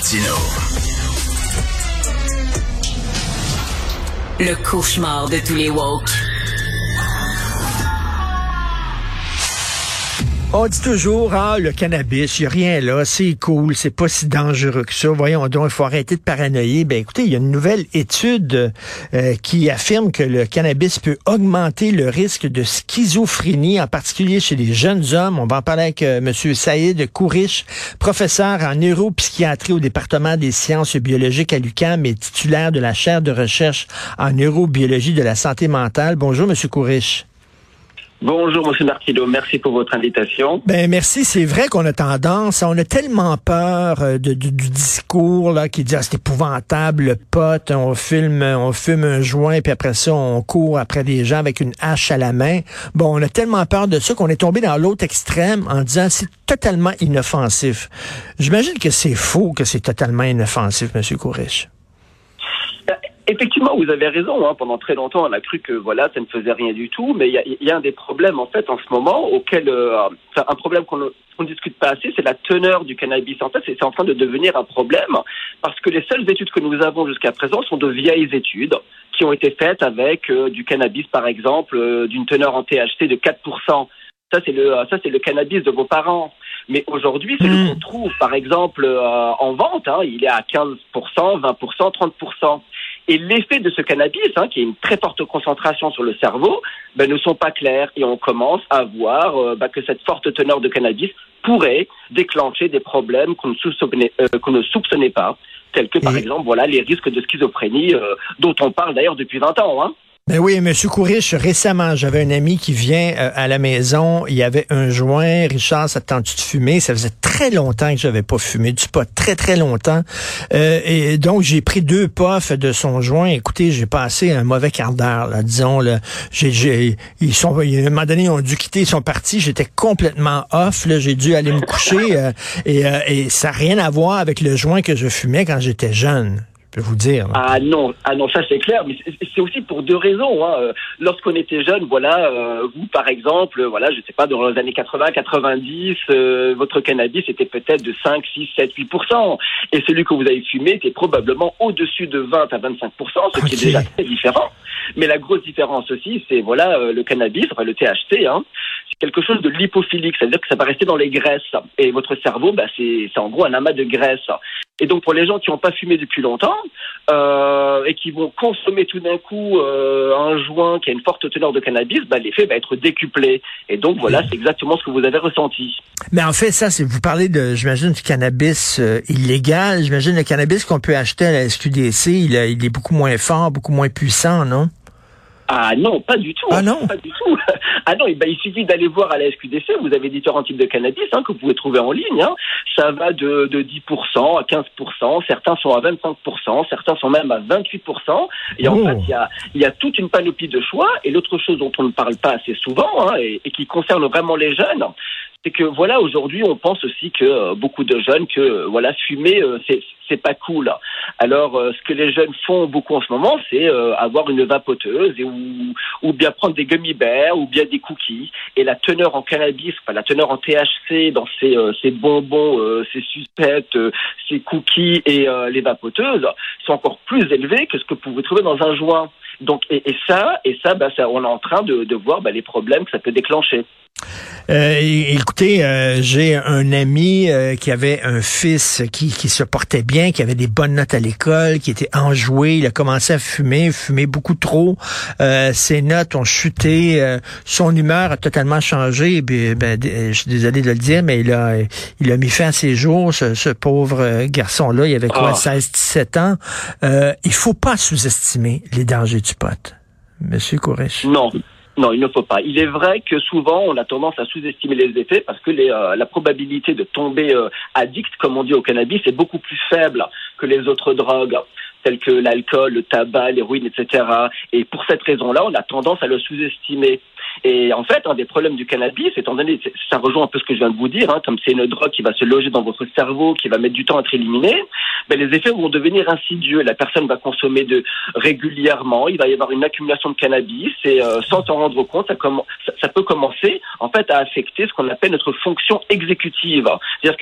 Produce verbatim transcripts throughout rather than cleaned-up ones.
Martino. Le cauchemar de tous les woke. On dit toujours, ah, le cannabis, il n'y a rien là, c'est cool, c'est pas si dangereux que ça. Voyons donc, il faut arrêter de paranoïer. Ben écoutez, il y a une nouvelle étude euh, qui affirme que le cannabis peut augmenter le risque de schizophrénie, en particulier chez les jeunes hommes. On va en parler avec euh, M. Saïd Kourish, professeur en neuropsychiatrie au département des sciences biologiques à l'U Q A M et titulaire de la chaire de recherche en neurobiologie de la santé mentale. Bonjour, M. Kourish. Bonjour, M. Martino. Merci pour votre invitation. Ben merci. C'est vrai qu'on a tendance, on a tellement peur de, de, du discours là qui dit ah, c'est épouvantable, le pot, on filme, on fume un joint, puis après ça, on court après des gens avec une hache à la main. Bon, on a tellement peur de ça qu'on est tombé dans l'autre extrême en disant c'est totalement inoffensif. J'imagine que c'est faux que c'est totalement inoffensif, M. Kourish. Effectivement, vous avez raison. Hein. Pendant très longtemps, on a cru que voilà, ça ne faisait rien du tout. Mais il y, y a un des problèmes en fait en ce moment auquel, euh, un problème qu'on ne discute pas assez, c'est la teneur du cannabis. En fait, c'est, c'est en train de devenir un problème parce que les seules études que nous avons jusqu'à présent sont de vieilles études qui ont été faites avec euh, du cannabis, par exemple, euh, d'une teneur en T H C de quatre pour cent. Ça, c'est le, ça, c'est le cannabis de vos parents. Mais aujourd'hui, celui mmh. qu'on trouve, par exemple, euh, en vente, hein, il est à quinze pour cent, vingt pour cent, trente pour cent. Et l'effet de ce cannabis, hein, qui est une très forte concentration sur le cerveau, ben, ne sont pas clairs. Et on commence à voir euh, ben, que cette forte teneur de cannabis pourrait déclencher des problèmes qu'on ne soupçonnait, euh, qu'on ne soupçonnait pas, tels que, par et... exemple, voilà, les risques de schizophrénie, euh, dont on parle d'ailleurs depuis vingt ans, hein. Ben oui, M. Kourish, récemment, j'avais un ami qui vient euh, à la maison, il y avait un joint. Richard, ça te tente-tu de fumer? Ça faisait très longtemps que j'avais pas fumé du pot, très très longtemps. Euh, et donc, j'ai pris deux puffs de son joint. Écoutez, j'ai passé un mauvais quart d'heure, là, disons. Là, j'ai, j'ai, ils sont, à un moment donné, ils ont dû quitter, ils sont partis. J'étais complètement off. Là, j'ai dû aller me coucher. Euh, et, euh, et ça n'a rien à voir avec le joint que je fumais quand j'étais jeune. Je peux vous dire. Ah non, ah non, ça c'est clair, mais c'est aussi pour deux raisons. Hein. Lorsqu'on était jeune, voilà, euh, vous par exemple, voilà, je sais pas, dans les années quatre-vingts, quatre-vingt-dix, euh, votre cannabis était peut-être de cinq, six, sept, huit pour cent, et celui que vous avez fumé était probablement au-dessus de vingt à vingt-cinq pour cent, ce okay. qui est déjà très différent. Mais la grosse différence aussi, c'est voilà, euh, le cannabis, enfin le T H C, hein, c'est quelque chose de lipophilique, c'est-à-dire que ça va rester dans les graisses, et votre cerveau, bah c'est, c'est en gros un amas de graisse. Et donc pour les gens qui n'ont pas fumé depuis longtemps euh, et qui vont consommer tout d'un coup euh, un joint qui a une forte teneur de cannabis, bah, l'effet va être décuplé. Et donc voilà, c'est exactement ce que vous avez ressenti. Mais en fait, ça, c'est vous parlez de, j'imagine, du cannabis euh, illégal. J'imagine le cannabis qu'on peut acheter à la S Q D C, il, a, il est beaucoup moins fort, beaucoup moins puissant, non? Ah non, pas du tout. Ah non, pas du tout. Ah non, eh ben, il suffit d'aller voir à la S Q D C. Vous avez différents types de cannabis hein, que vous pouvez trouver en ligne. Hein. Ça va de, de dix pour cent à quinze pour cent. Certains sont à vingt-cinq pour cent. Certains sont même à vingt-huit pour cent. Et en oh. fait, il y a, il y a toute une panoplie de choix. Et l'autre chose dont on ne parle pas assez souvent hein, et, et qui concerne vraiment les jeunes, c'est que voilà, aujourd'hui, on pense aussi que euh, beaucoup de jeunes que euh, voilà, fumer, euh, c'est c'est pas cool. Alors, euh, ce que les jeunes font beaucoup en ce moment, c'est euh, avoir une vapoteuse et ou ou bien prendre des gummy bears ou bien des cookies. Et la teneur en cannabis, enfin la teneur en T H C dans ces euh, ces bonbons, euh, ces sucettes, euh, ces cookies et euh, les vapoteuses sont encore plus élevées que ce que vous pouvez trouver dans un joint. Donc et, et ça et ça, bah, ça, on est en train de, de voir bah, les problèmes que ça peut déclencher. Euh, écoutez, euh, j'ai un ami euh, qui avait un fils qui, qui se portait bien, qui avait des bonnes notes à l'école, qui était enjoué. Il a commencé à fumer, fumer beaucoup trop. Euh, ses notes ont chuté. Euh, son humeur a totalement changé. Ben, ben, je suis désolé de le dire, mais il a, il a mis fin à ses jours, ce, ce pauvre garçon-là. Il avait quoi, oh. seize dix-sept ans. Euh, il faut pas sous-estimer les dangers du pot. Monsieur Kourish. Non. Non, il ne faut pas. Il est vrai que souvent, on a tendance à sous-estimer les effets parce que les, euh, la probabilité de tomber euh, addict, comme on dit au cannabis, est beaucoup plus faible que les autres drogues, telles que l'alcool, le tabac, l'héroïne, et cetera. Et pour cette raison-là, on a tendance à le sous-estimer. Et en fait, un des problèmes du cannabis, étant donné, ça rejoint un peu ce que je viens de vous dire, hein, comme c'est une drogue qui va se loger dans votre cerveau, qui va mettre du temps à être éliminée, ben les effets vont devenir insidieux. La personne va consommer de régulièrement, il va y avoir une accumulation de cannabis et euh, sans s'en rendre compte, ça, comm- ça, ça peut commencer en fait à affecter ce qu'on appelle notre fonction exécutive. C'est-à-dire que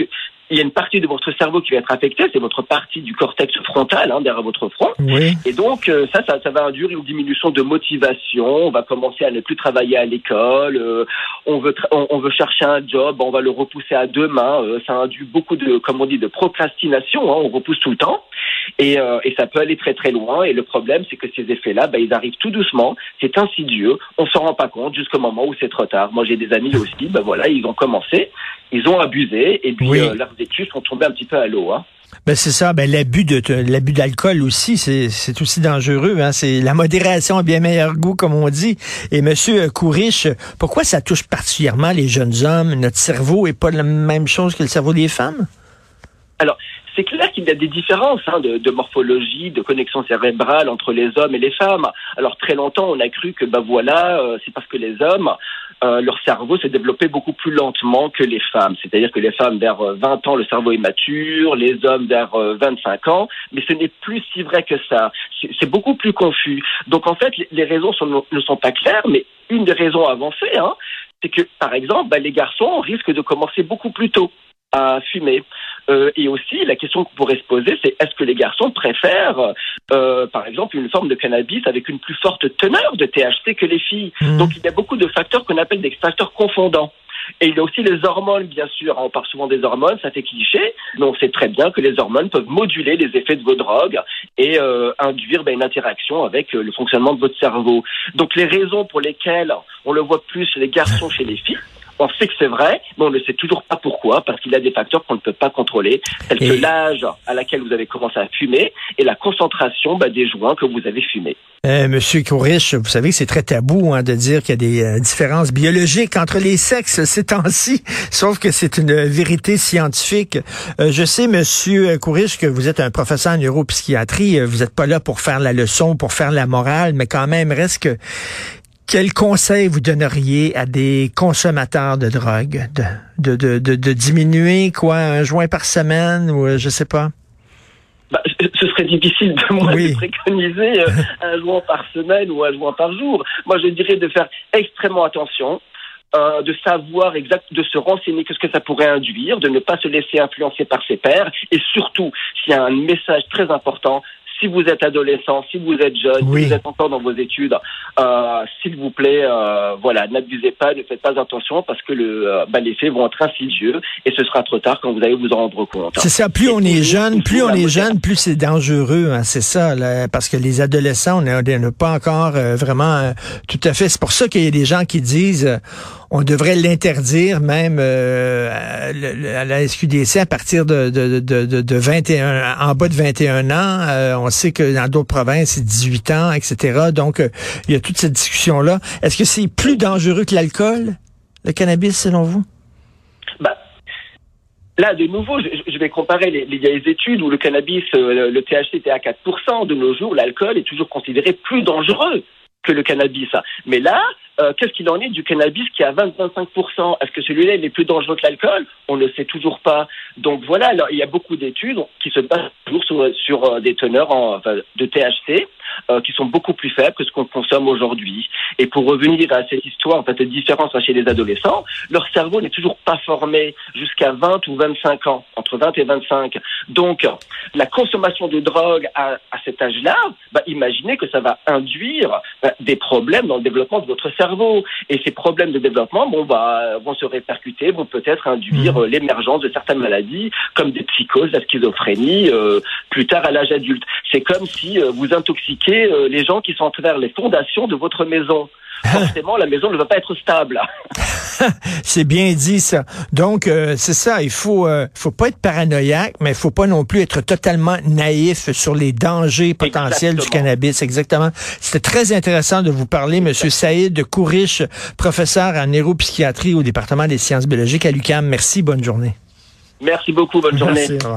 il y a une partie de votre cerveau qui va être affectée, c'est votre partie du cortex frontal, hein, derrière votre front. Oui. Et donc, euh, ça, ça, ça va induire une diminution de motivation. On va commencer à ne plus travailler à l'école. Euh, on veut, tra- on, on veut chercher un job, on va le repousser à demain. Euh, ça induit beaucoup de, comme on dit, de procrastination. Hein, on repousse tout le temps. Et, euh, et ça peut aller très très loin. Et le problème, c'est que ces effets-là, bah, ils arrivent tout doucement. C'est insidieux. On s'en rend pas compte jusqu'au moment où c'est trop tard. Moi, j'ai des amis aussi. Bah voilà, ils ont commencé, ils ont abusé, et puis oui. euh, leurs études sont tombées un petit peu à l'eau. Hein. Ben c'est ça. Ben l'abus de l'abus d'alcool aussi, c'est c'est aussi dangereux. Hein. C'est la modération a bien meilleur goût, comme on dit. Et Monsieur Kourish, pourquoi ça touche particulièrement les jeunes hommes? Notre cerveau est pas la même chose que le cerveau des femmes? Alors, c'est clair qu'il y a des différences hein, de, de morphologie, de connexion cérébrale entre les hommes et les femmes. Alors très longtemps, on a cru que bah voilà, euh, c'est parce que les hommes, euh, leur cerveau s'est développé beaucoup plus lentement que les femmes. C'est-à-dire que les femmes vers vingt ans, le cerveau est mature, les hommes vers euh, vingt-cinq ans, mais ce n'est plus si vrai que ça. C'est, c'est beaucoup plus confus. Donc en fait, les, les raisons sont, ne sont pas claires, mais une des raisons avancées, hein, c'est que par exemple, bah, les garçons risquent de commencer beaucoup plus tôt à fumer. Euh, et aussi, la question qu'on pourrait se poser, c'est est-ce que les garçons préfèrent, euh, par exemple, une forme de cannabis avec une plus forte teneur de T H C que les filles? Mmh. Donc, il y a beaucoup de facteurs qu'on appelle des facteurs confondants. Et il y a aussi les hormones, bien sûr. On parle souvent des hormones, ça fait cliché. Mais on sait très bien que les hormones peuvent moduler les effets de vos drogues et euh, induire ben, une interaction avec euh, le fonctionnement de votre cerveau. Donc, les raisons pour lesquelles on le voit plus chez les garçons chez les filles, on sait que c'est vrai, mais on ne sait toujours pas pourquoi, parce qu'il y a des facteurs qu'on ne peut pas contrôler, tels que et... l'âge à laquelle vous avez commencé à fumer et la concentration bah, des joints que vous avez fumés. Euh, Monsieur Kourish, vous savez que c'est très tabou hein, de dire qu'il y a des euh, différences biologiques entre les sexes ces temps-ci, sauf que c'est une vérité scientifique. Euh, je sais, Monsieur Kourish, que vous êtes un professeur en neuropsychiatrie, vous n'êtes pas là pour faire la leçon, pour faire la morale, mais quand même, reste que quel conseil vous donneriez à des consommateurs de drogue de, de, de, de, de diminuer quoi, un joint par semaine ou je sais pas? Bah, ce serait difficile de moi oui. de préconiser euh, un joint par semaine ou un joint par jour. Moi, je dirais de faire extrêmement attention, euh, de savoir exact, de se renseigner qu'est-ce que ça pourrait induire, de ne pas se laisser influencer par ses pairs, et surtout, s'il y a un message très important. Si vous êtes adolescent, si vous êtes jeune, oui. si vous êtes encore dans vos études, euh, s'il vous plaît, euh, voilà, n'abusez pas, ne faites pas attention parce que le, euh, bah, les faits vont être insidieux et ce sera trop tard quand vous allez vous en rendre compte. C'est ça, plus et on est toujours, jeune, plus on est moderne. jeune, plus c'est dangereux, hein, c'est ça, là, parce que les adolescents, on n'a pas encore euh, vraiment euh, tout à fait. C'est pour ça qu'il y a des gens qui disent euh, on devrait l'interdire même euh, à, à la S Q D C à partir de, de, de, de, de vingt et un, en bas de vingt et un ans. Euh, on sait que dans d'autres provinces, c'est dix-huit ans, et cetera. Donc, euh, il y a toute cette discussion-là. Est-ce que c'est plus dangereux que l'alcool, le cannabis, selon vous? Bah, là, de nouveau, je, je vais comparer les, les, les études où le cannabis, euh, le T H C était à quatre pour cent. De nos jours, l'alcool est toujours considéré plus dangereux que le cannabis. Mais là, euh, qu'est-ce qu'il en est du cannabis qui est à vingt à vingt-cinq pour cent? Est-ce que celui-là, il est plus dangereux que l'alcool? On ne le sait toujours pas. Donc voilà, alors, il y a beaucoup d'études qui se basent toujours sur, sur euh, des teneurs en, enfin, de T H C euh, qui sont beaucoup plus faibles que ce qu'on consomme aujourd'hui. Et pour revenir à cette histoire, en fait, de différence chez les adolescents, leur cerveau n'est toujours pas formé jusqu'à vingt ou vingt-cinq ans, entre vingt et vingt-cinq. Donc, la consommation de drogue à, à cet âge-là, bah, imaginez que ça va induire bah, des problèmes dans le développement de votre cerveau. Et ces problèmes de développement, bon, bah, vont se répercuter, vont peut-être induire euh, l'émergence de certaines maladies, comme des psychoses, la schizophrénie, euh, plus tard à l'âge adulte. C'est comme si euh, vous intoxiquez euh, les gens qui sont envers les fondations de votre maison. Forcément, la maison ne va pas être stable. C'est bien dit, ça. Donc, euh, c'est ça, il faut euh, faut pas être paranoïaque, mais il faut pas non plus être totalement naïf sur les dangers potentiels Exactement. du cannabis. Exactement. C'était très intéressant de vous parler, M. Saïd Kourish, professeur en neuropsychiatrie au département des sciences biologiques à l'U Q A M. Merci, bonne journée. Merci beaucoup, bonne journée. Merci.